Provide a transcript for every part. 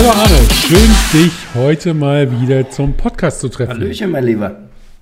Hallo Arne, schön dich heute mal wieder zum Podcast zu treffen. Hallöchen, mein Lieber.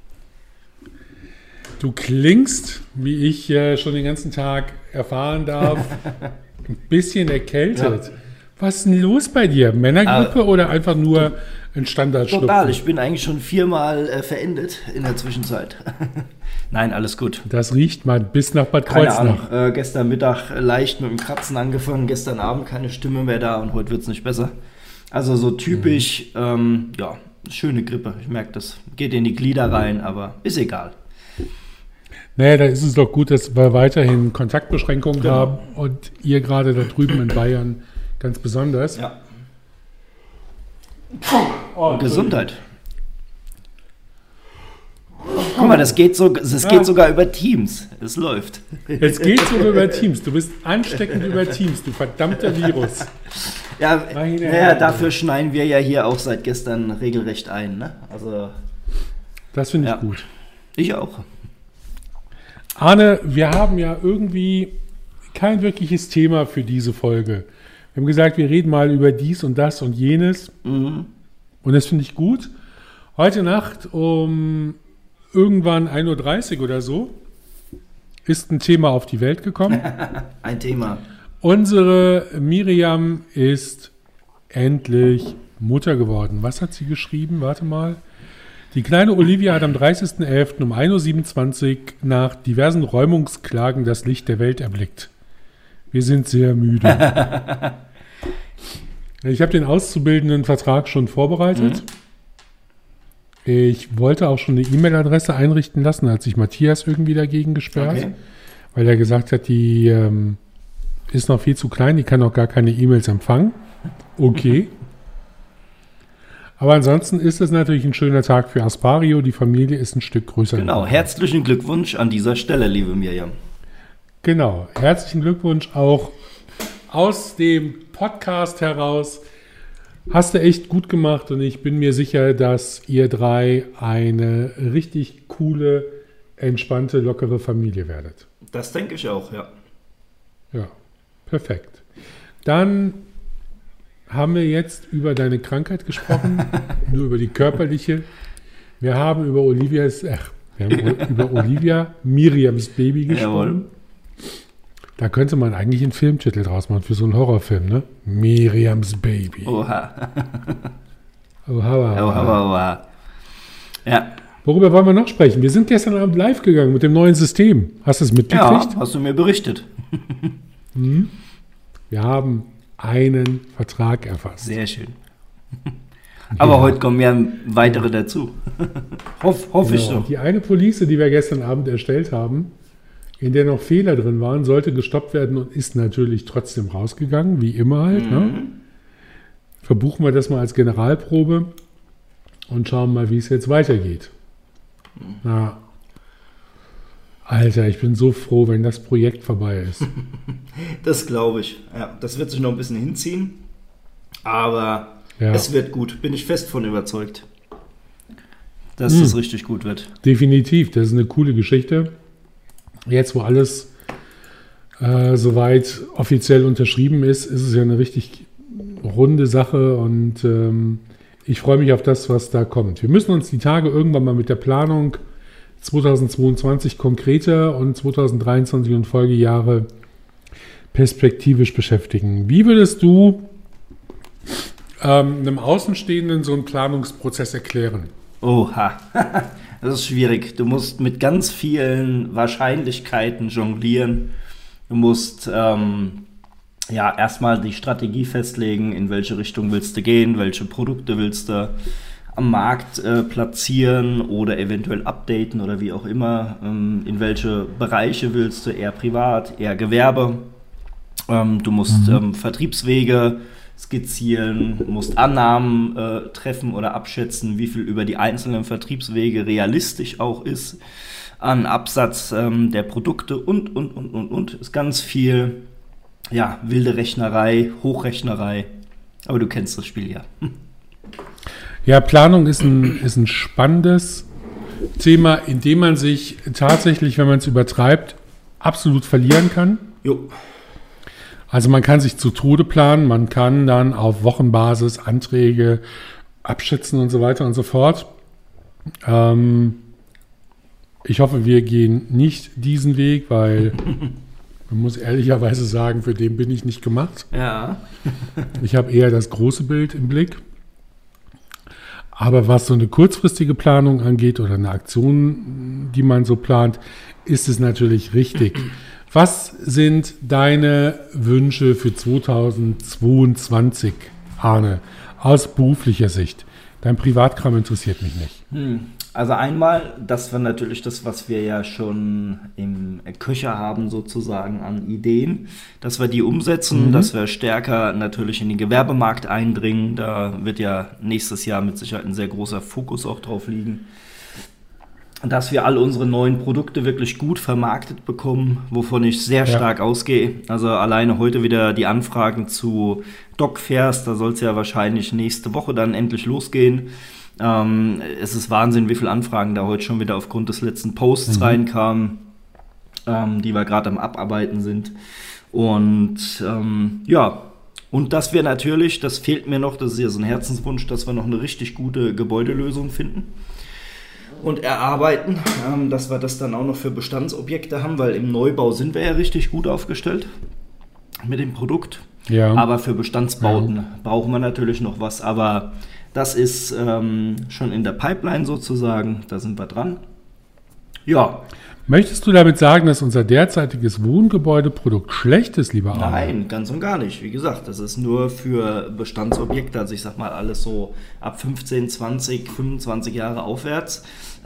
Du klingst, wie ich schon den ganzen Tag erfahren darf, ein bisschen erkältet. Ja. Was ist denn los bei dir? Männergrippe oder einfach nur ein Standardschnupfen? Total, ich bin eigentlich schon 4-mal verendet in der Zwischenzeit. Nein, alles gut. Das riecht mal bis nach Bad Kreuznach. Keine Ahnung. Gestern Mittag leicht mit dem Kratzen angefangen, gestern Abend keine Stimme mehr da und heute wird es nicht besser. Also so typisch, schöne Grippe. Ich merke, das geht in die Glieder rein, aber ist egal. Naja, da ist es doch gut, dass wir weiterhin Kontaktbeschränkungen haben und ihr gerade da drüben in Bayern ganz besonders. Ja. Oh, Gesundheit. Guck mal, das geht sogar über Teams. Es läuft. Es geht sogar über Teams. Du bist ansteckend über Teams, du verdammter Virus. Ja, dafür schneiden wir ja hier auch seit gestern regelrecht ein. Ne? Also, das finde ich gut. Ich auch. Arne, wir haben ja irgendwie kein wirkliches Thema für diese Folge. Wir haben gesagt, wir reden mal über dies und das und jenes. Mhm. Und das finde ich gut. Heute Nacht um irgendwann 1.30 Uhr oder so ist ein Thema auf die Welt gekommen. Ein Thema. Unsere Miriam ist endlich Mutter geworden. Was hat sie geschrieben? Warte mal. Die kleine Olivia hat am 30.11. um 1.27 Uhr nach diversen Räumungsklagen das Licht der Welt erblickt. Wir sind sehr müde. Ich habe den Auszubildendenvertrag schon vorbereitet. Ich wollte auch schon eine E-Mail-Adresse einrichten lassen, als sich Matthias irgendwie dagegen gesperrt, weil er gesagt hat, die ist noch viel zu klein, die kann noch gar keine E-Mails empfangen. Okay. Aber ansonsten ist es natürlich ein schöner Tag für Aspario. Die Familie ist ein Stück größer. Genau, geworden. Herzlichen Glückwunsch an dieser Stelle, liebe Miriam. Genau, herzlichen Glückwunsch auch aus dem Podcast heraus. Hast du echt gut gemacht und ich bin mir sicher, dass ihr drei eine richtig coole, entspannte, lockere Familie werdet. Das denke ich auch, ja. Ja, perfekt. Dann haben wir jetzt über deine Krankheit gesprochen, nur über die körperliche. Wir haben über Olivia, Miriams Baby gesprochen. Jawohl. Da könnte man eigentlich einen Filmtitel draus machen für so einen Horrorfilm, ne? Miriams Baby. Oha. Oha. Ja. Worüber wollen wir noch sprechen? Wir sind gestern Abend live gegangen mit dem neuen System. Hast du es mitgekriegt? Ja, hast du mir berichtet. Wir haben einen Vertrag erfasst. Sehr schön. Aber heute kommen ja weitere dazu. Hoffe ich doch. Die eine Police, die wir gestern Abend erstellt haben, in der noch Fehler drin waren, sollte gestoppt werden und ist natürlich trotzdem rausgegangen, wie immer halt. Ne? Verbuchen wir das mal als Generalprobe und schauen mal, wie es jetzt weitergeht. Na, Alter, ich bin so froh, wenn das Projekt vorbei ist. Das glaube ich. Ja, das wird sich noch ein bisschen hinziehen, aber es wird gut. Bin ich fest von überzeugt, dass das richtig gut wird. Definitiv, das ist eine coole Geschichte. Jetzt, wo alles soweit offiziell unterschrieben ist, ist es ja eine richtig runde Sache und ich freue mich auf das, was da kommt. Wir müssen uns die Tage irgendwann mal mit der Planung 2022 konkreter und 2023 und Folgejahre perspektivisch beschäftigen. Wie würdest du einem Außenstehenden so einen Planungsprozess erklären? Oha, das ist schwierig. Du musst mit ganz vielen Wahrscheinlichkeiten jonglieren. Du musst erstmal die Strategie festlegen, in welche Richtung willst du gehen, welche Produkte willst du am Markt platzieren oder eventuell updaten oder wie auch immer. In welche Bereiche willst du, eher privat, eher Gewerbe. Du musst Vertriebswege skizzieren, musst Annahmen treffen oder abschätzen, wie viel über die einzelnen Vertriebswege realistisch auch ist an Absatz der Produkte und. Ist ganz viel wilde Rechnerei, Hochrechnerei. Aber du kennst das Spiel ja. Ja, Planung ist ein spannendes Thema, in dem man sich tatsächlich, wenn man es übertreibt, absolut verlieren kann. Jo. Also man kann sich zu Tode planen, man kann dann auf Wochenbasis Anträge abschätzen und so weiter und so fort. Ich hoffe, wir gehen nicht diesen Weg, weil man muss ehrlicherweise sagen, für den bin ich nicht gemacht. Ja. Ich habe eher das große Bild im Blick. Aber was so eine kurzfristige Planung angeht oder eine Aktion, die man so plant, ist es natürlich richtig. Was sind deine Wünsche für 2022, Arne, aus beruflicher Sicht? Dein Privatkram interessiert mich nicht. Also einmal, das war natürlich das, was wir ja schon im Köcher haben sozusagen an Ideen, dass wir die umsetzen, dass wir stärker natürlich in den Gewerbemarkt eindringen. Da wird ja nächstes Jahr mit Sicherheit ein sehr großer Fokus auch drauf liegen. Dass wir all unsere neuen Produkte wirklich gut vermarktet bekommen, wovon ich sehr stark ausgehe. Also alleine heute wieder die Anfragen zu Docfairs, da soll es ja wahrscheinlich nächste Woche dann endlich losgehen. Es ist Wahnsinn, wie viele Anfragen da heute schon wieder aufgrund des letzten Posts reinkamen, die wir gerade am Abarbeiten sind. Und und dass wir natürlich, das fehlt mir noch, das ist ja so ein Herzenswunsch, dass wir noch eine richtig gute Gebäudelösung finden und erarbeiten, dass wir das dann auch noch für Bestandsobjekte haben, weil im Neubau sind wir ja richtig gut aufgestellt mit dem Produkt. Ja. Aber für Bestandsbauten brauchen wir natürlich noch was. Aber das ist schon in der Pipeline sozusagen, da sind wir dran. Ja. Möchtest du damit sagen, dass unser derzeitiges Wohngebäudeprodukt schlecht ist, lieber Arne? Nein, ganz und gar nicht. Wie gesagt, das ist nur für Bestandsobjekte, also ich sag mal alles so ab 15, 20, 25 Jahre aufwärts.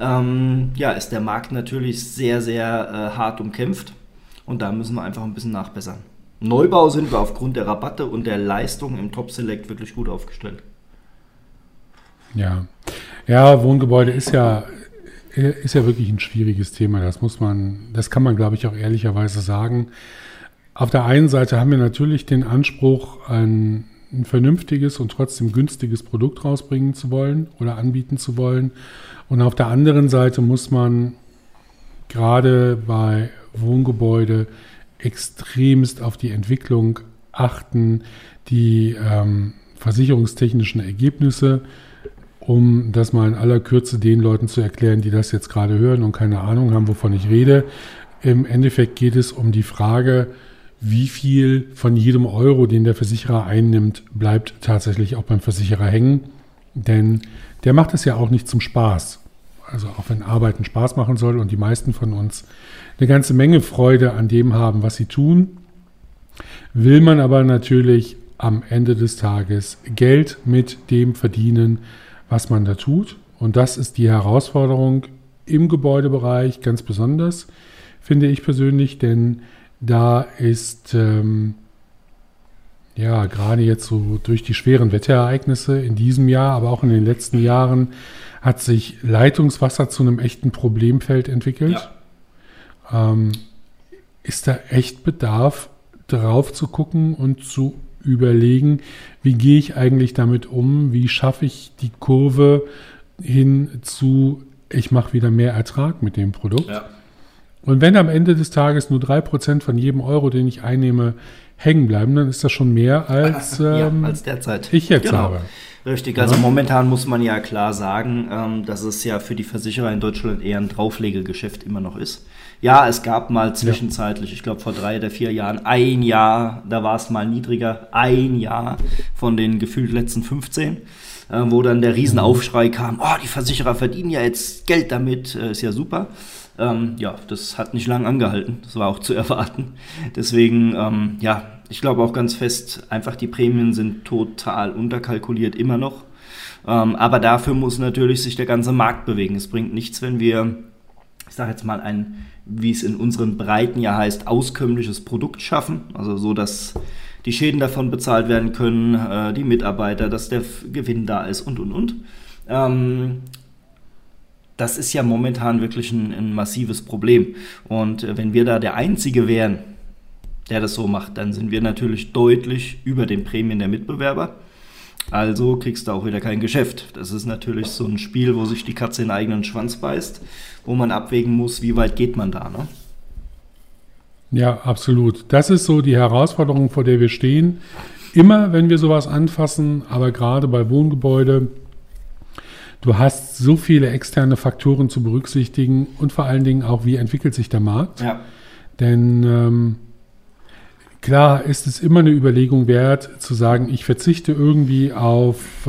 Ist der Markt natürlich sehr, sehr hart umkämpft und da müssen wir einfach ein bisschen nachbessern. Neubau sind wir aufgrund der Rabatte und der Leistung im Top Select wirklich gut aufgestellt. Ja, Wohngebäude ist ja wirklich ein schwieriges Thema. Das kann man, glaube ich, auch ehrlicherweise sagen. Auf der einen Seite haben wir natürlich den Anspruch, ein vernünftiges und trotzdem günstiges Produkt rausbringen zu wollen oder anbieten zu wollen. Und auf der anderen Seite muss man gerade bei Wohngebäude extremst auf die Entwicklung achten, die versicherungstechnischen Ergebnisse, um das mal in aller Kürze den Leuten zu erklären, die das jetzt gerade hören und keine Ahnung haben, wovon ich rede. Im Endeffekt geht es um die Frage, wie viel von jedem Euro, den der Versicherer einnimmt, bleibt tatsächlich auch beim Versicherer hängen. Denn der macht es ja auch nicht zum Spaß. Also auch wenn Arbeiten Spaß machen soll und die meisten von uns eine ganze Menge Freude an dem haben, was sie tun, will man aber natürlich am Ende des Tages Geld mit dem verdienen, was man da tut. Und das ist die Herausforderung im Gebäudebereich ganz besonders, finde ich persönlich, denn da ist gerade jetzt so durch die schweren Wetterereignisse in diesem Jahr, aber auch in den letzten Jahren, hat sich Leitungswasser zu einem echten Problemfeld entwickelt. Ja. Ist da echt Bedarf, drauf zu gucken und zu überlegen, wie gehe ich eigentlich damit um, wie schaffe ich die Kurve hin zu, ich mache wieder mehr Ertrag mit dem Produkt. Ja. Und wenn am Ende des Tages nur 3% von jedem Euro, den ich einnehme, hängen bleiben, dann ist das schon mehr als, als derzeit ich jetzt habe. Richtig, also momentan muss man ja klar sagen, dass es ja für die Versicherer in Deutschland eher ein Drauflegegeschäft immer noch ist. Ja, es gab mal zwischenzeitlich, ich glaube vor 3 oder 4 Jahren, ein Jahr, da war es mal niedriger, ein Jahr von den gefühlt letzten 15, wo dann der Riesenaufschrei kam, die Versicherer verdienen ja jetzt Geld damit, ist ja super. Das hat nicht lange angehalten, das war auch zu erwarten. Deswegen, ich glaube auch ganz fest, einfach die Prämien sind total unterkalkuliert, immer noch. Aber dafür muss natürlich sich der ganze Markt bewegen. Es bringt nichts, wenn wir, ich sage jetzt mal, ein, wie es in unseren Breiten ja heißt, auskömmliches Produkt schaffen. Also so, dass die Schäden davon bezahlt werden können, die Mitarbeiter, dass der Gewinn da ist und. Das ist ja momentan wirklich ein massives Problem. Und wenn wir da der Einzige wären, der das so macht, dann sind wir natürlich deutlich über den Prämien der Mitbewerber. Also kriegst du auch wieder kein Geschäft. Das ist natürlich so ein Spiel, wo sich die Katze in den eigenen Schwanz beißt, wo man abwägen muss, wie weit geht man da, ne? Ja, absolut. Das ist so die Herausforderung, vor der wir stehen. Immer, wenn wir sowas anfassen, aber gerade bei Wohngebäude, du hast so viele externe Faktoren zu berücksichtigen und vor allen Dingen auch, wie entwickelt sich der Markt. Ja. Denn klar ist es immer eine Überlegung wert, zu sagen, ich verzichte irgendwie auf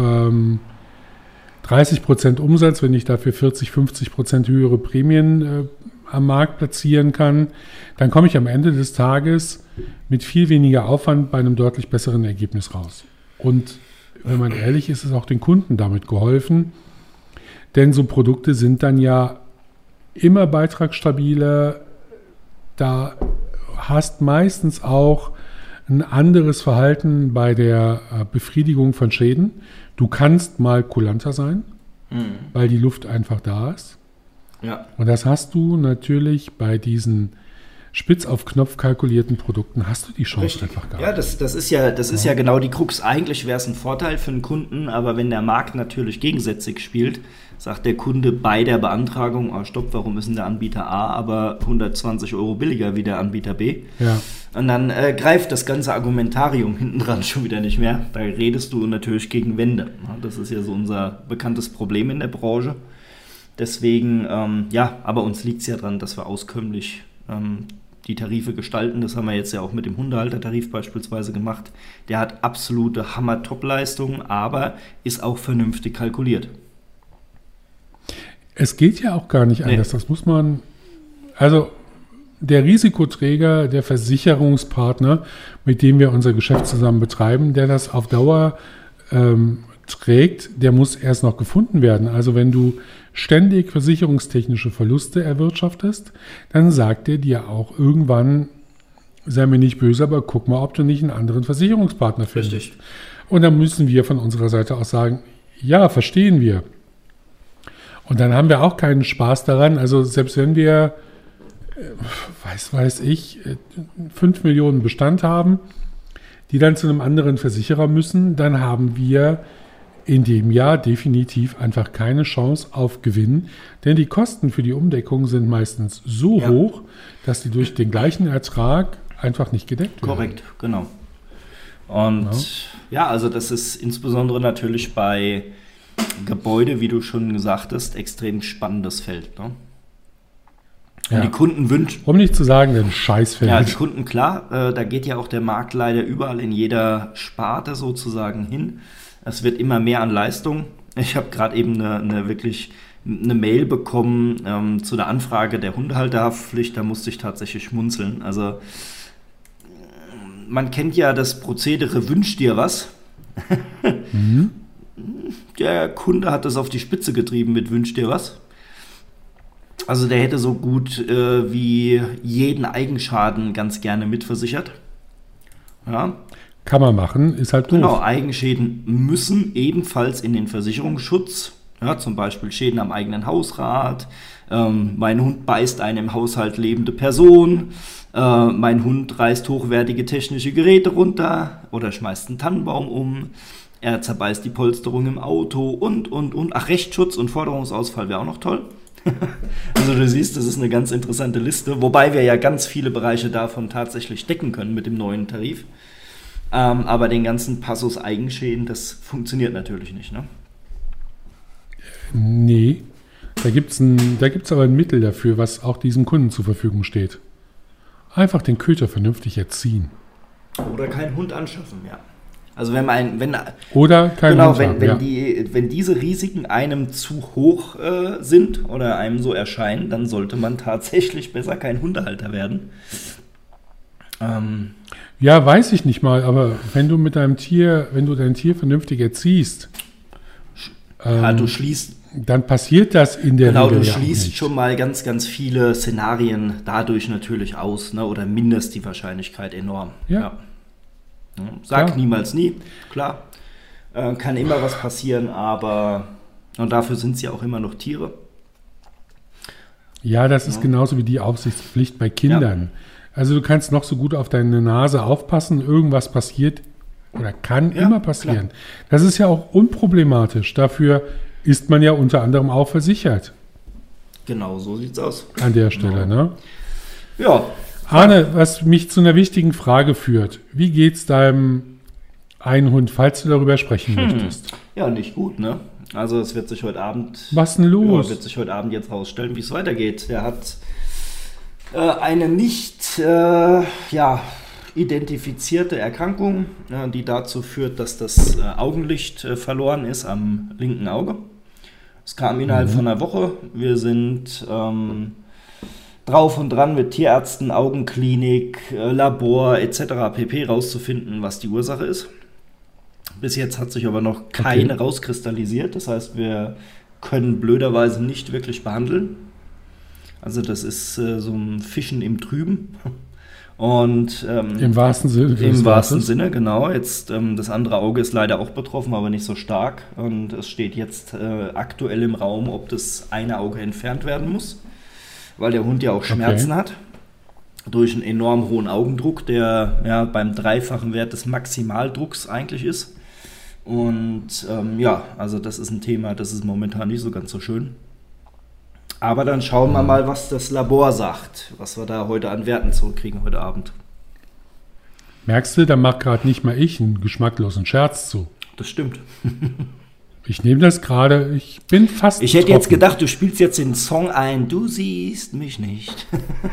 30% Umsatz, wenn ich dafür 40-50% höhere Prämien am Markt platzieren kann. Dann komme ich am Ende des Tages mit viel weniger Aufwand bei einem deutlich besseren Ergebnis raus. Und wenn man ehrlich ist, ist auch den Kunden damit geholfen. Denn so Produkte sind dann ja immer beitragsstabiler. Da hast meistens auch ein anderes Verhalten bei der Befriedigung von Schäden. Du kannst mal kulanter sein, weil die Luft einfach da ist. Ja. Und das hast du natürlich bei diesen spitz auf Knopf kalkulierten Produkten, hast du die Chance einfach gar nicht. Ja, das ist ja genau die Krux. Eigentlich wäre es ein Vorteil für den Kunden, aber wenn der Markt natürlich gegensätzlich spielt, sagt der Kunde bei der Beantragung, oh stopp, warum ist denn der Anbieter A aber 120 € billiger wie der Anbieter B? Ja. Und dann greift das ganze Argumentarium hinten dran schon wieder nicht mehr. Da redest du natürlich gegen Wände. Das ist ja so unser bekanntes Problem in der Branche. Deswegen, aber uns liegt es ja dran, dass wir auskömmlich die Tarife gestalten. Das haben wir jetzt ja auch mit dem Hundehaltertarif beispielsweise gemacht. Der hat absolute Hammer-Top-Leistungen, aber ist auch vernünftig kalkuliert. Es geht ja auch gar nicht anders. Das muss man, also der Risikoträger, der Versicherungspartner, mit dem wir unser Geschäft zusammen betreiben, der das auf Dauer trägt, der muss erst noch gefunden werden. Also wenn du ständig versicherungstechnische Verluste erwirtschaftest, dann sagt er dir auch irgendwann, sei mir nicht böse, aber guck mal, ob du nicht einen anderen Versicherungspartner findest. Richtig. Und dann müssen wir von unserer Seite aus sagen, ja, verstehen wir. Und dann haben wir auch keinen Spaß daran. Also selbst wenn wir, weiß ich, 5 Millionen Bestand haben, die dann zu einem anderen Versicherer müssen, dann haben wir in dem Jahr definitiv einfach keine Chance auf Gewinn, denn die Kosten für die Umdeckung sind meistens so hoch, dass die durch den gleichen Ertrag einfach nicht gedeckt werden. Korrekt, genau. Und also das ist insbesondere natürlich bei Gebäude, wie du schon gesagt hast, extrem spannendes Feld. Ne? Und die Kunden wünschen... Um nicht zu sagen, ein Scheißfeld. Ja, die Kunden, klar, da geht ja auch der Markt leider überall in jeder Sparte sozusagen hin. Es wird immer mehr an Leistung. Ich habe gerade eben eine Mail bekommen zu der Anfrage der Hundehalterhaftpflicht, da musste ich tatsächlich schmunzeln. Also man kennt ja das Prozedere, wünsch dir was. Der Kunde hat das auf die Spitze getrieben mit wünsch dir was. Also der hätte so gut wie jeden Eigenschaden ganz gerne mitversichert. Ja. Kann man machen, ist halt doof. Genau, Eigenschäden müssen ebenfalls in den Versicherungsschutz. Ja, zum Beispiel Schäden am eigenen Hausrat. Mein Hund beißt eine im Haushalt lebende Person. Mein Hund reißt hochwertige technische Geräte runter oder schmeißt einen Tannenbaum um. Er zerbeißt die Polsterung im Auto und. Ach, Rechtsschutz und Forderungsausfall wäre auch noch toll. Also du siehst, das ist eine ganz interessante Liste, wobei wir ja ganz viele Bereiche davon tatsächlich decken können mit dem neuen Tarif. Aber den ganzen Passus Eigenschäden, das funktioniert natürlich nicht, ne? Nee, da gibt's aber ein Mittel dafür, was auch diesem Kunden zur Verfügung steht. Einfach den Köter vernünftig erziehen. Oder keinen Hund anschaffen, ja. Also oder keinen Hund haben, wenn diese Risiken einem zu hoch sind oder einem so erscheinen, dann sollte man tatsächlich besser kein Hundehalter werden. Ja, weiß ich nicht mal, aber wenn du dein Tier vernünftig erziehst, du schließt, dann passiert das in der Regel. Genau, du schließt schon mal ganz, ganz viele Szenarien dadurch natürlich aus, ne, oder minderst die Wahrscheinlichkeit enorm. Ja. Sag niemals nie, klar. Kann immer was passieren, aber und dafür sind es ja auch immer noch Tiere. Ja, das ist genauso wie die Aufsichtspflicht bei Kindern. Ja. Also du kannst noch so gut auf deine Nase aufpassen, irgendwas passiert oder kann immer passieren. Klar. Das ist ja auch unproblematisch. Dafür ist man ja unter anderem auch versichert. Genau, so sieht's aus. An der Stelle, ne? Ja. Arne, was mich zu einer wichtigen Frage führt. Wie geht's deinem einen Hund, falls du darüber sprechen möchtest? Ja, nicht gut, ne? Also es wird sich heute Abend... Was denn los? Wird sich heute Abend jetzt rausstellen, wie es weitergeht. Der hat eine nicht identifizierte Erkrankung, die dazu führt, dass das Augenlicht verloren ist am linken Auge. Es kam innerhalb von einer Woche. Wir sind drauf und dran mit Tierärzten, Augenklinik, Labor etc. pp. Rauszufinden, was die Ursache ist. Bis jetzt hat sich aber noch keine rauskristallisiert. Das heißt, wir können blöderweise nicht wirklich behandeln. Also das ist so ein Fischen im Trüben. Und im wahrsten Sinne. Im wahrsten Sinne, genau. Jetzt das andere Auge ist leider auch betroffen, aber nicht so stark. Und es steht jetzt aktuell im Raum, ob das eine Auge entfernt werden muss, weil der Hund ja auch Schmerzen hat. Durch einen enorm hohen Augendruck, der beim dreifachen Wert des Maximaldrucks eigentlich ist. Und also das ist ein Thema, das ist momentan nicht so ganz so schön. Aber dann schauen wir mal, was das Labor sagt, was wir da heute an Werten zurückkriegen heute Abend. Merkst du, da macht gerade nicht mal ich einen geschmacklosen Scherz zu. Das stimmt. Ich nehme das gerade, ich bin fast Ich hätte jetzt gedacht, du spielst jetzt den Song ein, du siehst mich nicht.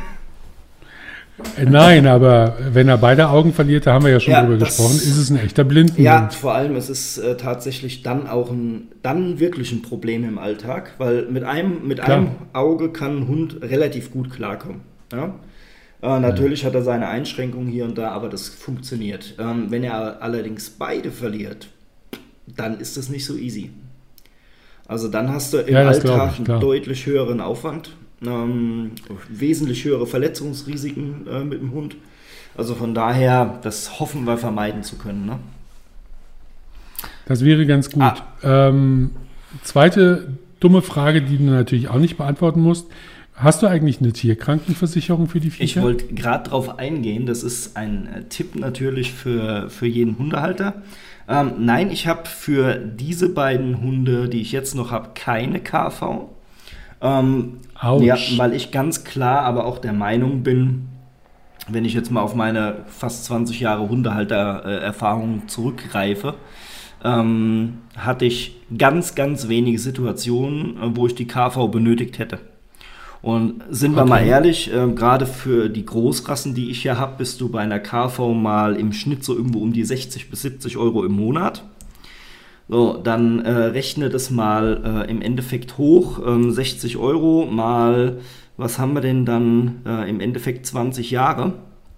Nein, aber wenn er beide Augen verliert, da haben wir ja schon drüber gesprochen, ist es ein echter Blindenhund. Ja, vor allem, es ist tatsächlich dann auch wirklich ein Problem im Alltag, weil mit einem Auge kann ein Hund relativ gut klarkommen. Ja? Natürlich hat er seine Einschränkungen hier und da, aber das funktioniert. Wenn er allerdings beide verliert, dann ist das nicht so easy. Also dann hast du im Alltag einen deutlich höheren Aufwand. Wesentlich höhere Verletzungsrisiken mit dem Hund. Also von daher, das hoffen wir vermeiden zu können. Ne? Das wäre ganz gut. Zweite dumme Frage, die du natürlich auch nicht beantworten musst. Hast du eigentlich eine Tierkrankenversicherung für die Viecher? Ich wollte gerade darauf eingehen. Das ist ein Tipp natürlich für jeden Hundehalter. Nein, ich habe für diese beiden Hunde, die ich jetzt noch habe, keine KV. Weil ich ganz klar aber auch der Meinung bin, wenn ich jetzt mal auf meine fast 20 Jahre Hundehalter-Erfahrung zurückgreife, hatte ich ganz, ganz wenige Situationen, wo ich die KV benötigt hätte. Und sind wir mal ehrlich, gerade für die Großrassen, die ich hier habe, bist du bei einer KV mal im Schnitt so irgendwo um die 60 bis 70 Euro im Monat. So, dann rechne das mal im Endeffekt hoch, 60 Euro mal, was haben wir denn dann im Endeffekt 20 Jahre?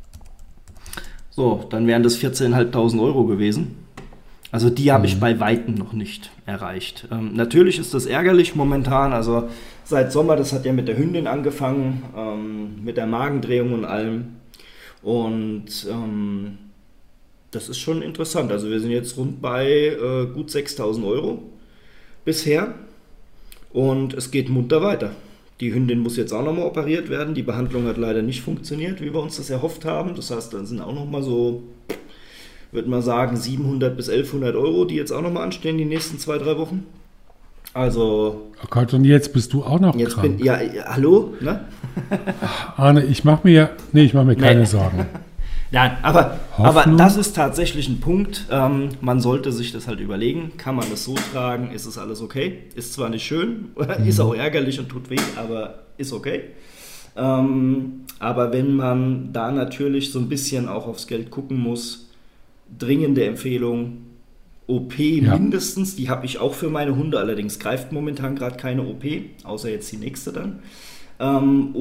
So, dann wären das 14.500 Euro gewesen. Also die habe ich bei Weitem noch nicht erreicht. Natürlich ist das ärgerlich momentan, also seit Sommer, das hat ja mit der Hündin angefangen, mit der Magendrehung und allem. Und das ist schon interessant. Also wir sind jetzt rund bei gut 6.000 Euro bisher und es geht munter weiter. Die Hündin muss jetzt auch nochmal operiert werden. Die Behandlung hat leider nicht funktioniert, wie wir uns das erhofft haben. Das heißt, dann sind auch nochmal so, würde man sagen, 700 bis 1.100 Euro, die jetzt auch nochmal anstehen, die nächsten 2-3 Wochen. Also... Oh Gott, und jetzt bist du auch noch jetzt krank. Hallo? Ne? Arne, ich mache mir keine Sorgen. Nein, aber das ist tatsächlich ein Punkt. Man sollte sich das halt überlegen. Kann man das so tragen? Ist es alles okay? Ist zwar nicht schön, ist auch ärgerlich und tut weh, aber ist okay. Aber wenn man da natürlich so ein bisschen auch aufs Geld gucken muss, dringende Empfehlung, OP mindestens. Die habe ich auch für meine Hunde, allerdings greift momentan gerade keine OP, außer jetzt die nächste dann.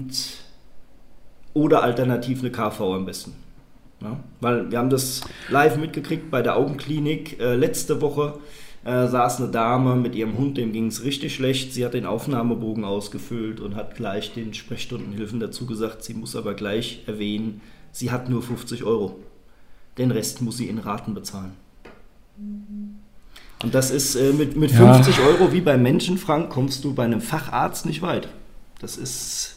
Oder alternativ eine KV am besten. Ja, weil wir haben das live mitgekriegt bei der Augenklinik. Letzte Woche saß eine Dame mit ihrem Hund, dem ging es richtig schlecht. Sie hat den Aufnahmebogen ausgefüllt und hat gleich den Sprechstundenhilfen dazu gesagt, sie muss aber gleich erwähnen, sie hat nur 50 Euro. Den Rest muss sie in Raten bezahlen. Und das ist mit 50 Euro wie beim Menschen, Frank, kommst du bei einem Facharzt nicht weit. Das ist...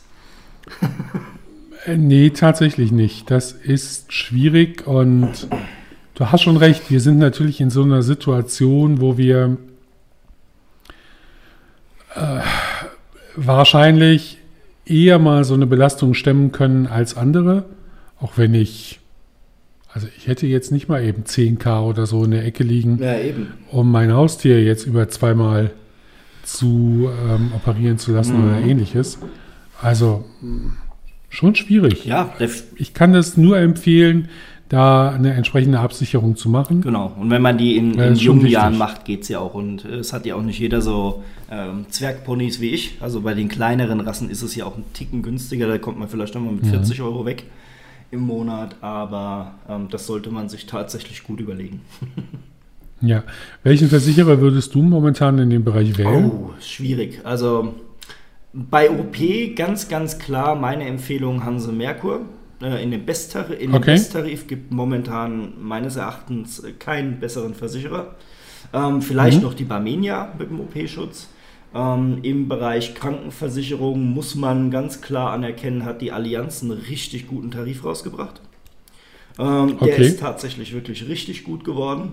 Nee, tatsächlich nicht. Das ist schwierig und du hast schon recht. Wir sind natürlich in so einer Situation, wo wir wahrscheinlich eher mal so eine Belastung stemmen können als andere. Auch wenn ich hätte jetzt nicht mal eben 10.000 oder so in der Ecke liegen, Ja, eben. um mein Haustier jetzt über 2-mal zu operieren zu lassen oder ähnliches. Also schon schwierig. Ja, Ich kann das nur empfehlen, da eine entsprechende Absicherung zu machen. genau. Und wenn man die in ist schon jungen wichtig. Jahren macht, geht es ja auch. Und es hat ja auch nicht jeder so Zwergponys wie ich. Also bei den kleineren Rassen ist es ja auch ein Ticken günstiger. Da kommt man vielleicht nochmal mit 40 Euro weg im Monat. Aber das sollte man sich tatsächlich gut überlegen. Ja. Welchen Versicherer würdest du momentan in dem Bereich wählen? Oh, schwierig. Also bei OP ganz, ganz klar meine Empfehlung Hanse Merkur. In dem Besttarif gibt momentan meines Erachtens keinen besseren Versicherer. Vielleicht noch die Barmenia mit dem OP-Schutz. Im Bereich Krankenversicherung muss man ganz klar anerkennen, hat die Allianz einen richtig guten Tarif rausgebracht. Der ist tatsächlich wirklich richtig gut geworden.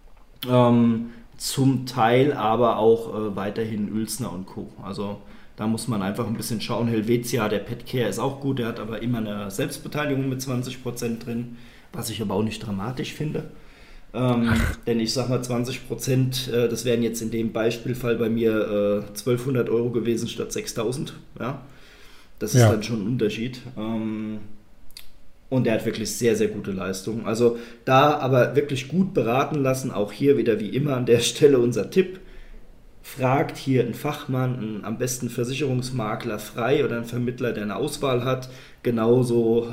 Zum Teil aber auch weiterhin Uelzner und Co. Also da muss man einfach ein bisschen schauen. Helvetia, der Petcare ist auch gut, der hat aber immer eine Selbstbeteiligung mit 20% drin, was ich aber auch nicht dramatisch finde. Denn ich sag mal 20%, das wären jetzt in dem Beispielfall bei mir 1.200 Euro gewesen statt 6.000. Ja? Das ist dann schon ein Unterschied. Und der hat wirklich sehr, sehr gute Leistungen. Also da aber wirklich gut beraten lassen, auch hier wieder wie immer an der Stelle unser Tipp. Fragt hier einen Fachmann, am besten Versicherungsmakler frei oder einen Vermittler, der eine Auswahl hat. Genauso,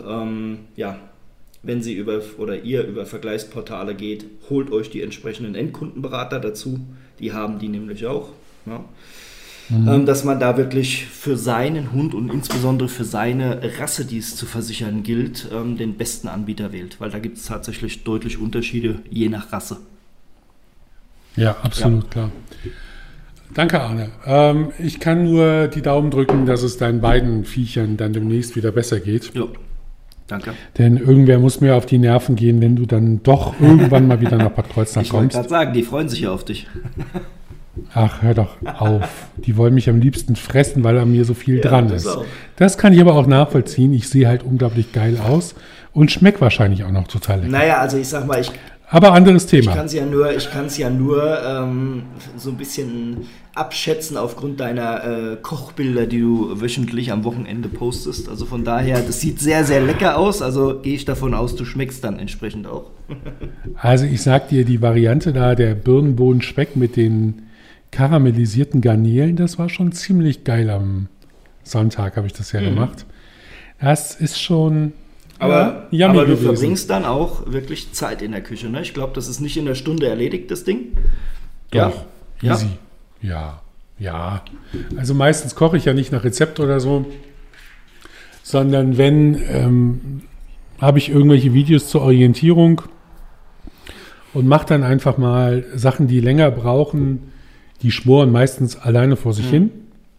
wenn Sie ihr über Vergleichsportale geht, holt euch die entsprechenden Endkundenberater dazu. Die haben die nämlich auch. Ja. Dass man da wirklich für seinen Hund und insbesondere für seine Rasse, die es zu versichern gilt, den besten Anbieter wählt. Weil da gibt es tatsächlich deutlich Unterschiede, je nach Rasse. Ja, absolut, klar. Danke, Arne. Ich kann nur die Daumen drücken, dass es deinen beiden Viechern dann demnächst wieder besser geht. Ja, danke. Denn irgendwer muss mir auf die Nerven gehen, wenn du dann doch irgendwann mal wieder nach Bad Kreuznach Ich wollte kommst. gerade sagen, die freuen sich ja auf dich. Ach, hör doch auf. Die wollen mich am liebsten fressen, weil an mir so viel dran ist. Auch. Das kann ich aber auch nachvollziehen. Ich sehe halt unglaublich geil aus und schmeckt wahrscheinlich auch noch total lecker. Naja, also ich sag mal, aber anderes ich Thema. kann es ja nur so ein bisschen abschätzen aufgrund deiner Kochbilder, die du wöchentlich am Wochenende postest. Also von daher, das sieht sehr, sehr lecker aus. Also gehe ich davon aus, du schmeckst dann entsprechend auch. Also ich sag dir, die Variante da, der Birnenbohnen-Speck mit den karamellisierten Garnelen, das war schon ziemlich geil am Sonntag, habe ich das ja gemacht. Das ist schon aber du gewesen. verbringst dann auch wirklich Zeit in der Küche, ne? Ich glaube, das ist nicht in der Stunde erledigt, das Ding. Doch, Ja. easy. Ja. Also meistens koche ich ja nicht nach Rezept oder so, sondern wenn, habe ich irgendwelche Videos zur Orientierung und mache dann einfach mal Sachen, die länger brauchen, die schmoren meistens alleine vor sich hin.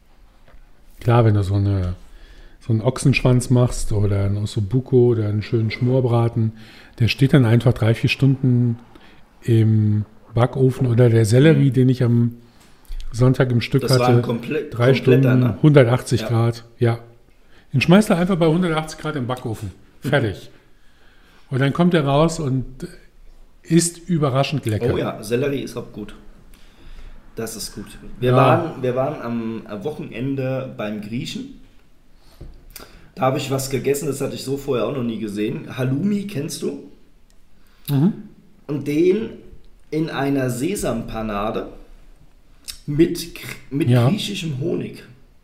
Klar, wenn du so einen Ochsenschwanz machst oder ein Ossobuco oder einen schönen Schmorbraten, der steht dann einfach 3-4 Stunden im Backofen, oder der Sellerie, den ich am Sonntag im Stück Das war hatte, ein 3 Stunden, ne? 180 Grad, ja. Den schmeißt er einfach bei 180 Grad im Backofen. Fertig. Und dann kommt er raus und ist überraschend lecker. Oh ja, Sellerie ist auch gut. Das ist gut. Wir waren am Wochenende beim Griechen. Da habe ich was gegessen, das hatte ich so vorher auch noch nie gesehen. Halloumi kennst du? Und den in einer Sesampanade mit griechischem Honig.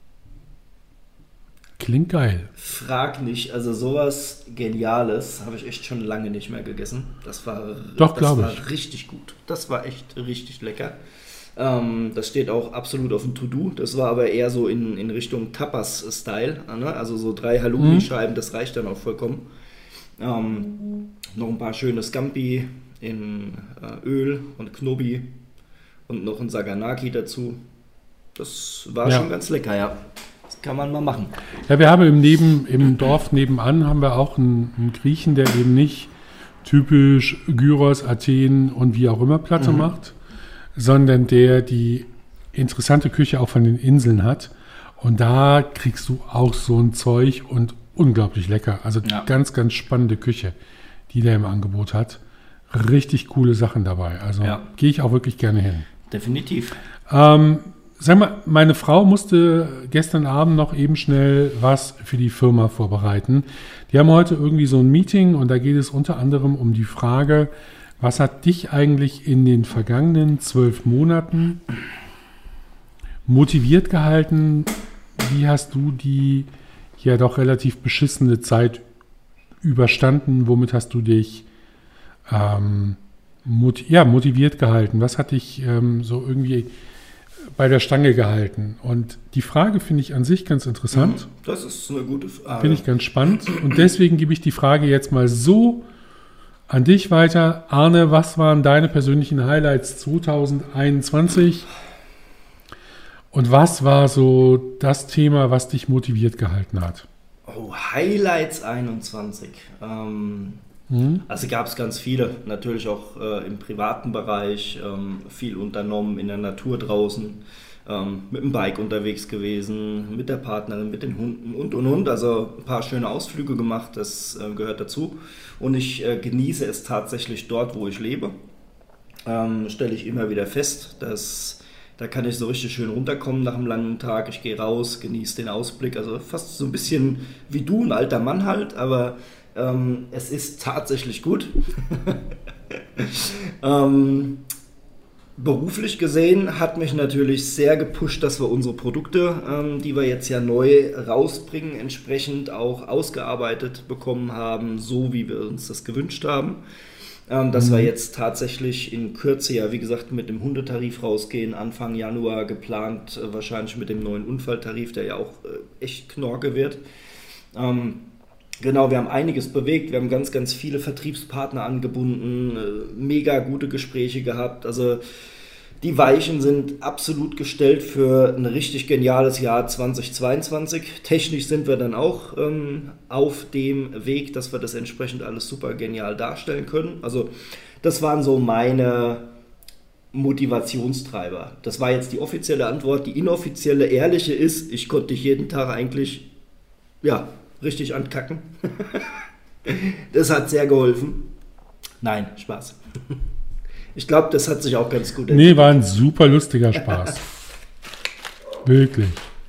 Klingt geil. Frag nicht, also sowas Geniales habe ich echt schon lange nicht mehr gegessen. Das war richtig gut. Das war echt richtig lecker. Das steht auch absolut auf dem To-Do. Das war aber eher so in Richtung Tapas-Style. Ne? Also so 3 Halloumi-Scheiben, das reicht dann auch vollkommen. Noch ein paar schöne Scampi in Öl und Knobi und noch ein Saganaki dazu. Das war schon ganz lecker, ja. Das kann man mal machen. Ja, wir haben im Dorf nebenan haben wir auch einen Griechen, der eben nicht typisch Gyros, Athen und wie auch immer Platte macht, sondern der die interessante Küche auch von den Inseln hat. Und da kriegst du auch so ein Zeug und unglaublich lecker. Also ganz, ganz spannende Küche, die der im Angebot hat. Richtig coole Sachen dabei. Also gehe ich auch wirklich gerne hin. Definitiv. Sag mal, meine Frau musste gestern Abend noch eben schnell was für die Firma vorbereiten. Die haben heute irgendwie so ein Meeting und da geht es unter anderem um die Frage, was hat dich eigentlich in den vergangenen 12 Monaten motiviert gehalten? Wie hast du die ja doch relativ beschissene Zeit überstanden? Womit hast du dich motiviert gehalten? Was hat dich so irgendwie bei der Stange gehalten? Und die Frage finde ich an sich ganz interessant. Das ist eine gute Frage. Finde ich ganz spannend. Und deswegen gebe ich die Frage jetzt mal so an dich weiter. Arne, was waren deine persönlichen Highlights 2021? Und was war so das Thema, was dich motiviert gehalten hat? Oh, Highlights 21. Also gab es ganz viele. Natürlich auch im privaten Bereich viel unternommen, in der Natur draußen, mit dem Bike unterwegs gewesen, mit der Partnerin, mit den Hunden und. Also ein paar schöne Ausflüge gemacht, das gehört dazu. Und ich genieße es tatsächlich dort, wo ich lebe. Stelle ich immer wieder fest, dass da kann ich so richtig schön runterkommen nach einem langen Tag. Ich gehe raus, genieße den Ausblick. Also fast so ein bisschen wie du, ein alter Mann halt, aber es ist tatsächlich gut. Beruflich gesehen hat mich natürlich sehr gepusht, dass wir unsere Produkte, die wir jetzt ja neu rausbringen, entsprechend auch ausgearbeitet bekommen haben, so wie wir uns das gewünscht haben. Dass wir jetzt tatsächlich in Kürze, ja wie gesagt, mit dem Hundetarif rausgehen, Anfang Januar geplant, wahrscheinlich mit dem neuen Unfalltarif, der ja auch echt knorke wird. Genau, wir haben einiges bewegt, wir haben ganz, ganz viele Vertriebspartner angebunden, mega gute Gespräche gehabt, also die Weichen sind absolut gestellt für ein richtig geniales Jahr 2022. Technisch sind wir dann auch auf dem Weg, dass wir das entsprechend alles super genial darstellen können. Also das waren so meine Motivationstreiber. Das war jetzt die offizielle Antwort. Die inoffizielle, ehrliche ist, ich konnte dich jeden Tag eigentlich richtig ankacken. Das hat sehr geholfen. Nein, Spaß. Ich glaube, das hat sich auch ganz gut entwickelt. Nee, war ein super lustiger Spaß. Wirklich.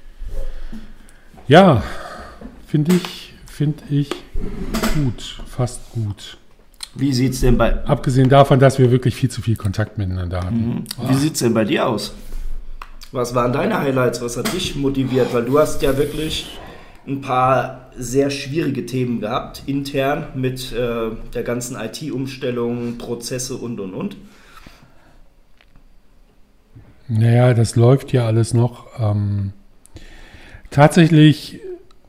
Ja, finde ich gut, fast gut. Wie sieht es denn bei... Abgesehen davon, dass wir wirklich viel zu viel Kontakt miteinander hatten. Wie sieht es denn bei dir aus? Was waren deine Highlights? Was hat dich motiviert? Weil du hast ja wirklich ein paar sehr schwierige Themen gehabt, intern mit der ganzen IT-Umstellung, Prozesse und. Naja, das läuft ja alles noch. Tatsächlich,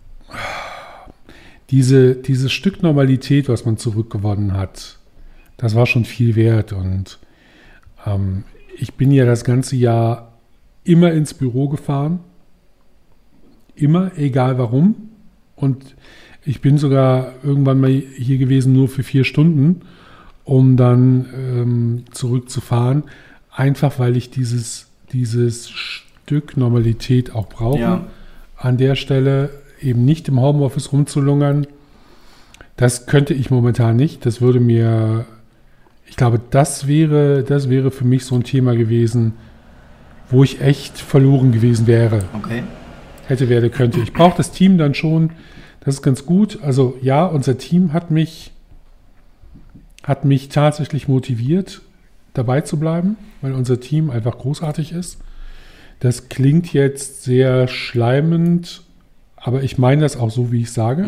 dieses Stück Normalität, was man zurückgewonnen hat, das war schon viel wert. Und ich bin ja das ganze Jahr immer ins Büro gefahren. Immer, egal warum. Und ich bin sogar irgendwann mal hier gewesen, nur für 4 Stunden, um dann zurückzufahren. Einfach, weil ich dieses Stück Normalität auch brauche. Ja. An der Stelle eben nicht im Homeoffice rumzulungern. Das könnte ich momentan nicht. Das würde mir, ich glaube, das wäre für mich so ein Thema gewesen, wo ich echt verloren gewesen wäre. Okay. Könnte. Ich brauche das Team dann schon. Das ist ganz gut. Also ja, unser Team hat mich tatsächlich motiviert, dabei zu bleiben, weil unser Team einfach großartig ist. Das klingt jetzt sehr schleimend, aber ich meine das auch so, wie ich sage.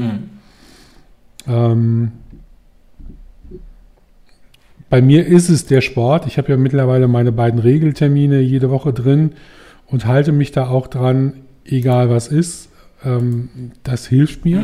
Bei mir ist es der Sport. Ich habe ja mittlerweile meine beiden Regeltermine jede Woche drin und halte mich da auch dran, egal was ist. Das hilft mir,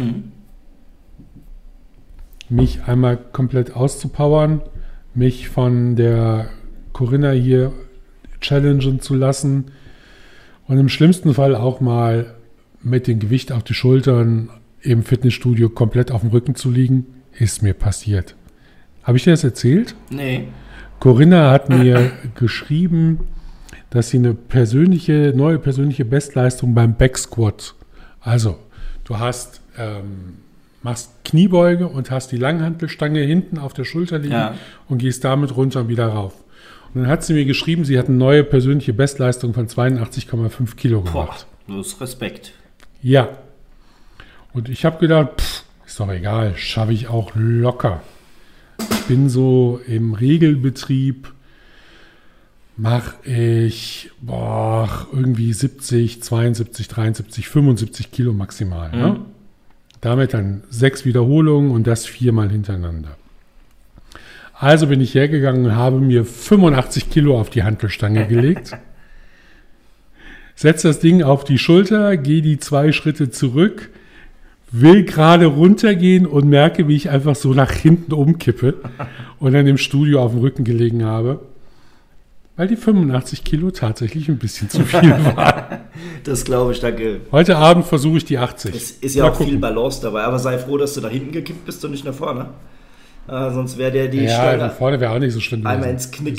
mich einmal komplett auszupowern, mich von der Corinna hier challengen zu lassen und im schlimmsten Fall auch mal mit dem Gewicht auf die Schultern im Fitnessstudio komplett auf dem Rücken zu liegen, ist mir passiert. Habe ich dir das erzählt? Nee. Corinna hat mir geschrieben, dass sie eine neue persönliche Bestleistung beim Backsquat. Also, du machst Kniebeuge und hast die Langhantelstange hinten auf der Schulter liegen und gehst damit runter und wieder rauf. Und dann hat sie mir geschrieben, sie hat eine neue persönliche Bestleistung von 82,5 Kilo gemacht. Boah, das ist Respekt. Ja. Und ich habe gedacht, ist doch egal, schaffe ich auch locker. Ich bin so im Regelbetrieb, mache ich irgendwie 70, 72, 73, 75 Kilo maximal. Ne? Damit dann 6 Wiederholungen und das 4-mal hintereinander. Also bin ich hergegangen und habe mir 85 Kilo auf die Hantelstange gelegt. Setze das Ding auf die Schulter, gehe die 2 Schritte zurück, will gerade runtergehen und merke, wie ich einfach so nach hinten umkippe und dann im Studio auf dem Rücken gelegen habe. Weil die 85 Kilo tatsächlich ein bisschen zu viel waren. Das glaube ich, danke. Heute Abend versuche ich die 80. Es ist ja auch viel Balance dabei, aber sei froh, dass du da hinten gekippt bist und nicht nach vorne. Sonst wäre der die Stange nach vorne wäre auch nicht so schlimm. Einmal ins Knick.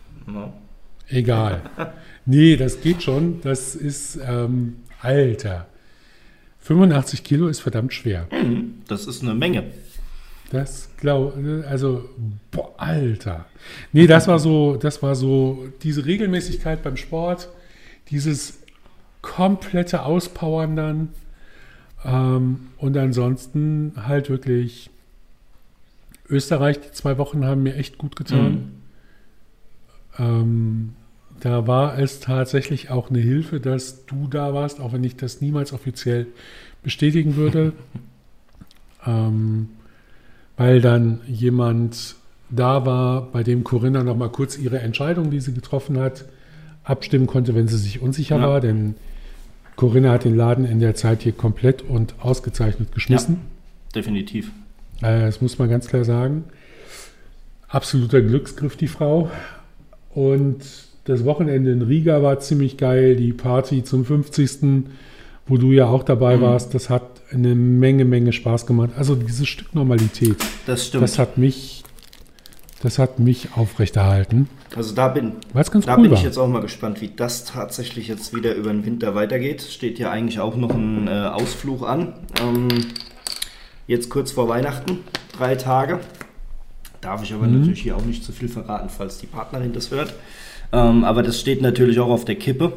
Egal. Nee, das geht schon. Das ist, Alter. 85 Kilo ist verdammt schwer. Das ist eine Menge. Das Alter. Nee, das war so diese Regelmäßigkeit beim Sport, dieses komplette Auspowern dann und ansonsten halt wirklich Österreich, die 2 Wochen haben mir echt gut getan. Da war es tatsächlich auch eine Hilfe, dass du da warst, auch wenn ich das niemals offiziell bestätigen würde. Weil dann jemand da war, bei dem Corinna noch mal kurz ihre Entscheidung, die sie getroffen hat, abstimmen konnte, wenn sie sich unsicher war. Denn Corinna hat den Laden in der Zeit hier komplett und ausgezeichnet geschmissen. Ja, definitiv. Das muss man ganz klar sagen. Absoluter Glücksgriff, die Frau. Und das Wochenende in Riga war ziemlich geil. Die Party zum 50., wo du ja auch dabei warst, das hat eine Menge Spaß gemacht. Also dieses Stück Normalität. Das stimmt. Das hat mich aufrechterhalten. Also da bin ich jetzt auch mal gespannt, wie das tatsächlich jetzt wieder über den Winter weitergeht. Steht ja eigentlich auch noch ein Ausflug an. Jetzt kurz vor Weihnachten, 3 Tage. Darf ich aber natürlich hier auch nicht zu viel verraten, falls die Partnerin das hört. Aber das steht natürlich auch auf der Kippe,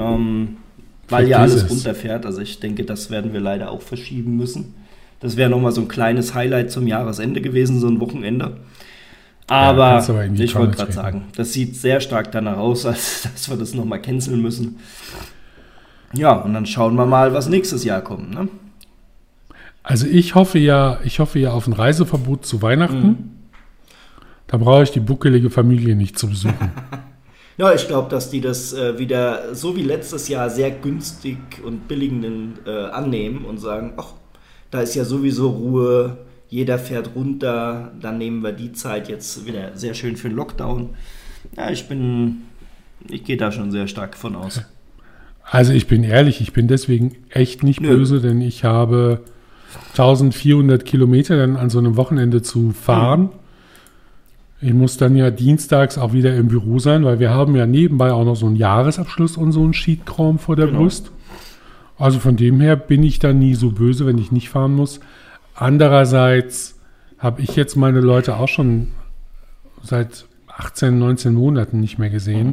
weil ja alles runterfährt. Also ich denke, das werden wir leider auch verschieben müssen. Das wäre nochmal so ein kleines Highlight zum Jahresende gewesen, so ein Wochenende. Aber ich wollte gerade sagen, das sieht sehr stark danach aus, als dass wir das nochmal canceln müssen. Ja, und dann schauen wir mal, was nächstes Jahr kommt. Ne? Also ich hoffe ja auf ein Reiseverbot zu Weihnachten. Da brauche ich die buckelige Familie nicht zu besuchen. Ja, ich glaube, dass die das wieder so wie letztes Jahr sehr günstig und billigend annehmen und sagen, ach, da ist ja sowieso Ruhe, jeder fährt runter, dann nehmen wir die Zeit jetzt wieder sehr schön für den Lockdown. Ja, ich gehe da schon sehr stark von aus. Also ich bin ehrlich, ich bin deswegen echt nicht böse, denn ich habe 1400 Kilometer dann an so einem Wochenende zu fahren. Ich muss dann ja dienstags auch wieder im Büro sein, weil wir haben ja nebenbei auch noch so einen Jahresabschluss und so einen Sheetkram vor der Brust. Also von dem her bin ich dann nie so böse, wenn ich nicht fahren muss. Andererseits habe ich jetzt meine Leute auch schon seit 18, 19 Monaten nicht mehr gesehen.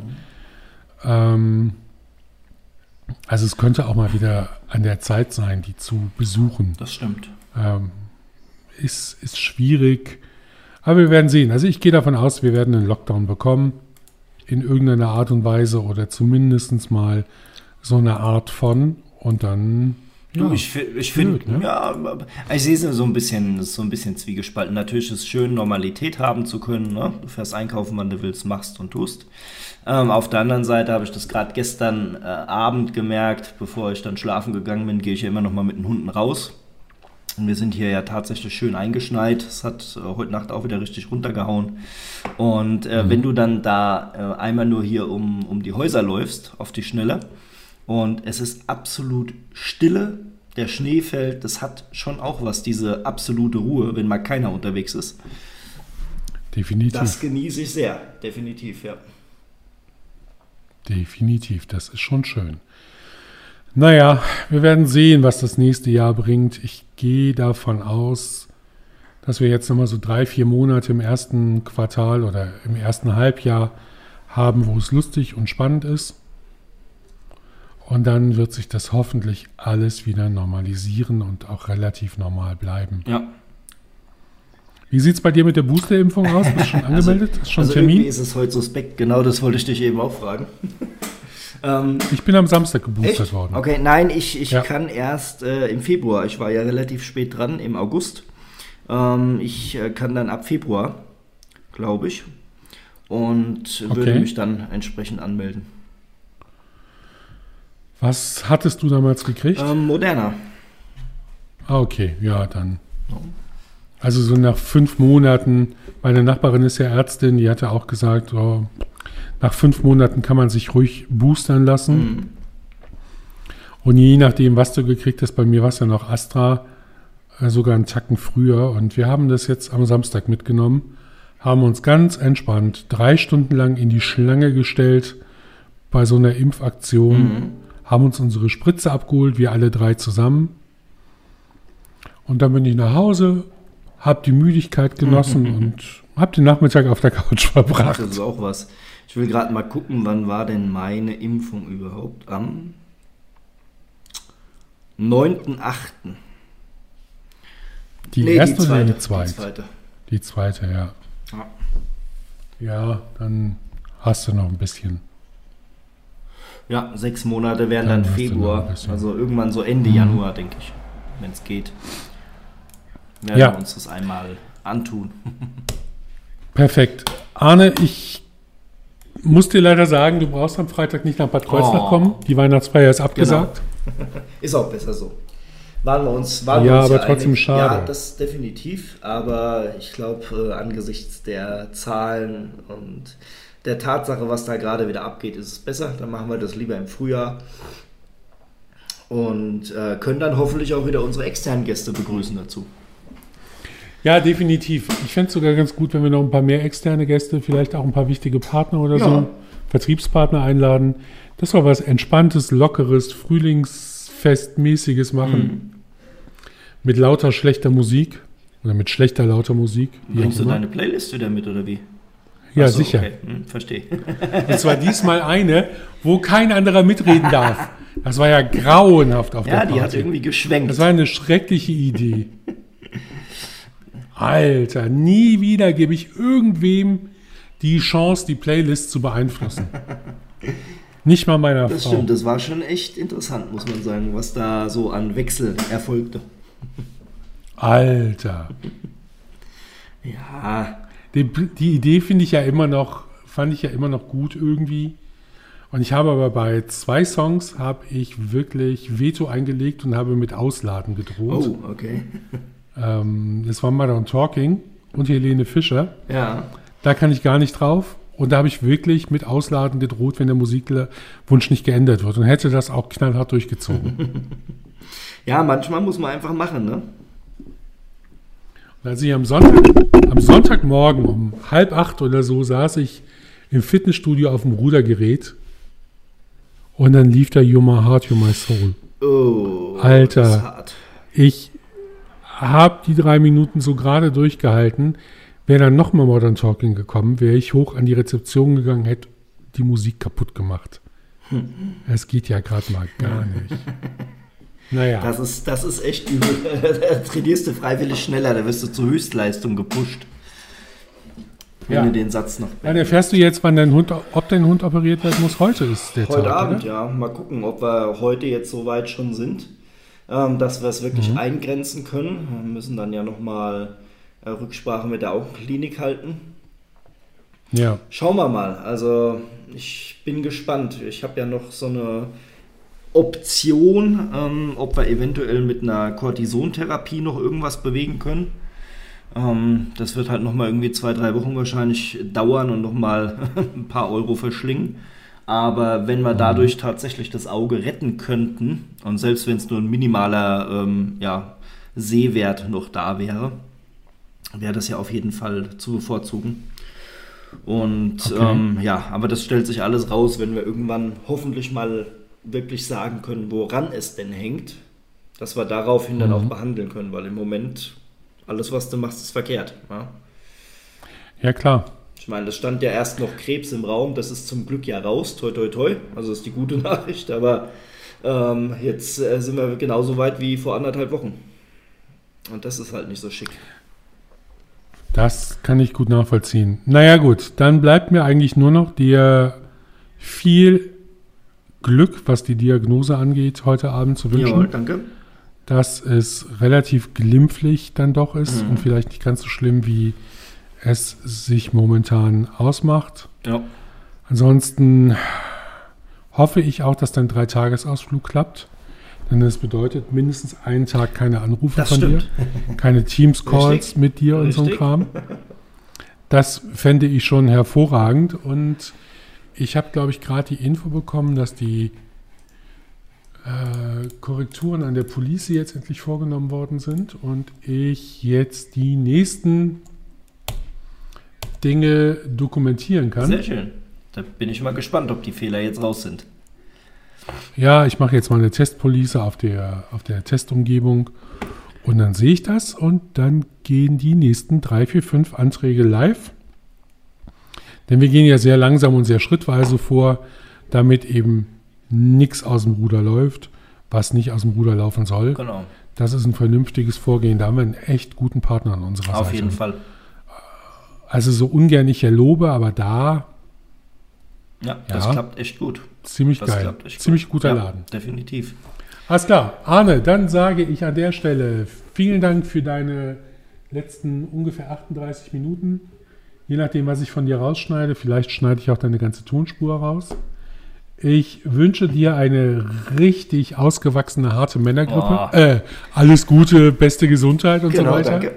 Also es könnte auch mal wieder an der Zeit sein, die zu besuchen. Das stimmt. Ist schwierig. Aber wir werden sehen. Also ich gehe davon aus, wir werden einen Lockdown bekommen. In irgendeiner Art und Weise oder zumindest mal so eine Art von. Und dann... Ja, ich finde, ne? Ja, ich sehe es so ein bisschen zwiegespalten. Natürlich ist es schön, Normalität haben zu können. Ne? Du fährst einkaufen, wann du willst, machst und tust. Auf der anderen Seite habe ich das gerade gestern Abend gemerkt, bevor ich dann schlafen gegangen bin, gehe ich ja immer noch mal mit den Hunden raus. Und wir sind hier ja tatsächlich schön eingeschneit. Es hat heute Nacht auch wieder richtig runtergehauen. Und wenn du dann da einmal nur hier um die Häuser läufst, auf die Schnelle, und es ist absolut Stille, der Schnee fällt, das hat schon auch was, diese absolute Ruhe, wenn mal keiner unterwegs ist. Definitiv. Das genieße ich sehr, definitiv, ja. Definitiv, das ist schon schön. Naja, wir werden sehen, was das nächste Jahr bringt. Ich gehe davon aus, dass wir jetzt nochmal so 3-4 Monate im ersten Quartal oder im ersten Halbjahr haben, wo es lustig und spannend ist. Und dann wird sich das hoffentlich alles wieder normalisieren und auch relativ normal bleiben. Ja. Wie sieht es bei dir mit der Boosterimpfung aus? Bist du schon angemeldet? Ist schon ein Termin? Irgendwie ist es heute suspekt. Genau, das wollte ich dich eben auch fragen. Ich bin am Samstag geboostert echt? worden. Okay, nein, ich kann erst im Februar. Ich war ja relativ spät dran, im August. Ich kann dann ab Februar, glaube ich, und würde mich dann entsprechend anmelden. Was hattest du damals gekriegt? Moderna. Ah, okay, ja, dann. Also so nach 5 Monaten, meine Nachbarin ist ja Ärztin, die hatte auch gesagt, oh, nach 5 Monaten kann man sich ruhig boostern lassen. Mhm. Und je nachdem, was du gekriegt hast, bei mir war es ja noch Astra, sogar einen Tacken früher. Und wir haben das jetzt am Samstag mitgenommen, haben uns ganz entspannt 3 Stunden lang in die Schlange gestellt bei so einer Impfaktion, haben uns unsere Spritze abgeholt, wir alle 3 zusammen. Und dann bin ich nach Hause, habe die Müdigkeit genossen und habe den Nachmittag auf der Couch verbracht. Das ist auch was. Ich will gerade mal gucken, wann war denn meine Impfung überhaupt? Am 9.8. Die erste oder die zweite? Die zweite. Die zweite, ja. Ja, dann hast du noch ein bisschen. Ja, 6 Monate wären dann Februar. Also irgendwann so Ende Januar, denke ich, wenn es geht. Werden wir uns das einmal antun. Perfekt. Arne, ich muss dir leider sagen, du brauchst am Freitag nicht nach Bad Kreuznach kommen. Die Weihnachtsfeier ist abgesagt. Genau. Ist auch besser so. Waren wir uns aber trotzdem einig. Schade. Ja, das definitiv. Aber ich glaube, angesichts der Zahlen und der Tatsache, was da gerade wieder abgeht, ist es besser. Dann machen wir das lieber im Frühjahr. Und können dann hoffentlich auch wieder unsere externen Gäste begrüßen dazu. Ja, definitiv. Ich fände es sogar ganz gut, wenn wir noch ein paar mehr externe Gäste, vielleicht auch ein paar wichtige Partner oder so, Vertriebspartner einladen. Das war was Entspanntes, Lockeres, Frühlingsfestmäßiges machen. Mit lauter schlechter Musik oder mit schlechter lauter Musik. Bringst du deine Playlist wieder mit oder wie? Ja, so, sicher. Okay. Verstehe. Und zwar diesmal eine, wo kein anderer mitreden darf. Das war ja grauenhaft auf der Party. Ja, die hat irgendwie geschwenkt. Das war eine schreckliche Idee. Alter, nie wieder gebe ich irgendwem die Chance, die Playlist zu beeinflussen. Nicht mal meiner Frau. Das stimmt, das war schon echt interessant, muss man sagen, was da so an Wechsel erfolgte. Alter. Ja. Die Idee fand ich ja immer noch gut irgendwie. Und ich habe aber bei 2 Songs habe ich wirklich Veto eingelegt und habe mit Ausladen gedroht. Oh, okay. Das war Modern Talking und Helene Fischer. Ja. Da kann ich gar nicht drauf. Und da habe ich wirklich mit Ausladen gedroht, wenn der Musikwunsch nicht geändert wird. Und hätte das auch knallhart durchgezogen. Ja, manchmal muss man einfach machen, ne? Und als ich am Sonntagmorgen um 7:30 oder so saß ich im Fitnessstudio auf dem Rudergerät und dann lief da You My Heart, You My Soul. Oh, Alter, das ist hart. Ich habe die 3 Minuten so gerade durchgehalten. Wäre dann nochmal Modern Talking gekommen, wäre ich hoch an die Rezeption gegangen, hätte die Musik kaputt gemacht. Es geht ja gerade mal gar nicht. Naja. Das ist echt übel. Da trainierst du freiwillig schneller, da wirst du zur Höchstleistung gepusht. Wenn du den Satz noch... Dann erfährst du jetzt, ob dein Hund operiert werden muss. Heute ist der Tag, Heute Abend, oder? ja. Mal gucken, ob wir heute jetzt so weit schon sind, dass wir es wirklich eingrenzen können. Wir müssen dann ja nochmal Rücksprache mit der Augenklinik halten. Ja. Schauen wir mal. Also ich bin gespannt. Ich habe ja noch so eine Option, ob wir eventuell mit einer Cortisontherapie noch irgendwas bewegen können. Das wird halt nochmal irgendwie 2-3 Wochen wahrscheinlich dauern und nochmal ein paar Euro verschlingen. Aber wenn wir dadurch tatsächlich das Auge retten könnten, und selbst wenn es nur ein minimaler Sehwert noch da wäre, wäre das ja auf jeden Fall zu bevorzugen. Und Okay. aber das stellt sich alles raus, wenn wir irgendwann hoffentlich mal wirklich sagen können, woran es denn hängt, dass wir daraufhin dann auch behandeln können, weil im Moment alles, was du machst, ist verkehrt. Ja? Ja, klar. Ich meine, das stand ja erst noch Krebs im Raum, das ist zum Glück ja raus, toi toi toi, also das ist die gute Nachricht, aber jetzt sind wir genauso weit wie vor 1,5 Wochen. Und das ist halt nicht so schick. Das kann ich gut nachvollziehen. Naja gut, dann bleibt mir eigentlich nur noch dir viel Glück, was die Diagnose angeht, heute Abend zu wünschen. Jawohl, danke. Dass es relativ glimpflich dann doch ist und vielleicht nicht ganz so schlimm, wie es sich momentan ausmacht. Ja. Ansonsten hoffe ich auch, dass dein 3-Tages-Ausflug klappt. Denn das bedeutet mindestens einen Tag keine Anrufe Das von stimmt. dir, keine Teams-Calls Richtig. mit dir und so ein Richtig. Kram. Das fände ich schon hervorragend. Und ich habe, glaube ich, gerade die Info bekommen, dass die Korrekturen an der Police jetzt endlich vorgenommen worden sind und ich jetzt die nächsten Dinge dokumentieren kann. Sehr schön. Da bin ich mal gespannt, ob die Fehler jetzt raus sind. Ja, ich mache jetzt mal eine Testpolice auf der Testumgebung und dann sehe ich das und dann gehen die nächsten 3, 4, 5 Anträge live. Denn wir gehen ja sehr langsam und sehr schrittweise vor, damit eben nichts aus dem Ruder läuft, was nicht aus dem Ruder laufen soll. Genau. Das ist ein vernünftiges Vorgehen. Da haben wir einen echt guten Partner an unserer Seite. Auf jeden Fall. Also so ungern ich ja lobe, aber da Ja, das Ja. klappt echt gut. ziemlich Das geil. klappt echt Ziemlich gut. guter Ja, Laden. Definitiv. Alles klar. Arne, dann sage ich an der Stelle vielen Dank für deine letzten ungefähr 38 Minuten. Je nachdem, was ich von dir rausschneide, vielleicht schneide ich auch deine ganze Tonspur raus. Ich wünsche dir eine richtig ausgewachsene, harte Männergrippe. Alles Gute, beste Gesundheit und so weiter. Danke.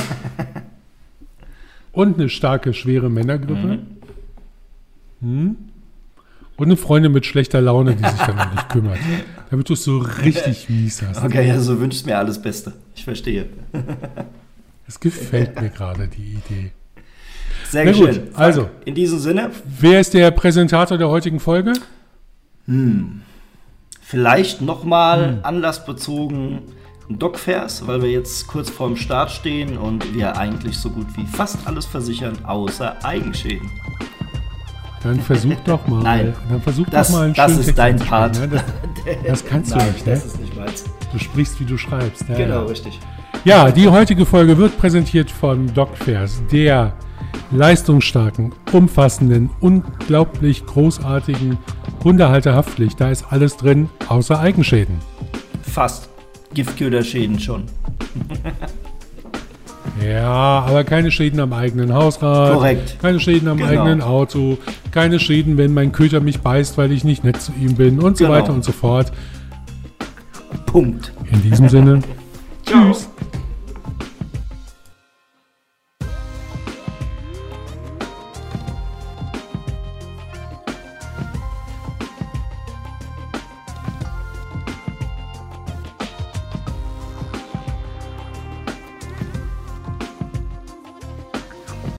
Und eine starke, schwere Männergrippe. Und eine Freundin mit schlechter Laune, die sich dann um dich kümmert. Damit du es so richtig mies hast. Okay, also wünschst mir alles Beste. Ich verstehe. Es gefällt mir gerade, die Idee. Sehr Na gut, schön. also. In diesem Sinne, Wer ist der Präsentator der heutigen Folge? vielleicht nochmal anlassbezogen ein Doc-Vers, weil wir jetzt kurz vorm Start stehen und wir eigentlich so gut wie fast alles versichern, außer Eigenschäden. Dann versuch doch mal. Nein, Dann versuch das- doch mal einen das schönen ist Text dein zu Part. sprechen, ne? Das kannst du Nein, nicht, ne? das ist nicht meins. Du sprichst, wie du schreibst. Ja, Genau, ja. richtig. Ja, die heutige Folge wird präsentiert von DocFairs, der leistungsstarken, umfassenden, unglaublich großartigen Hundehalterhaftpflicht. Da ist alles drin, außer Eigenschäden. Fast. Giftköderschäden schon. Ja, aber keine Schäden am eigenen Hausrat. Korrekt. Keine Schäden am Genau. eigenen Auto. Keine Schäden, wenn mein Köter mich beißt, weil ich nicht nett zu ihm bin und so Genau. weiter und so fort. Punkt. In diesem Sinne, Ciao. tschüss.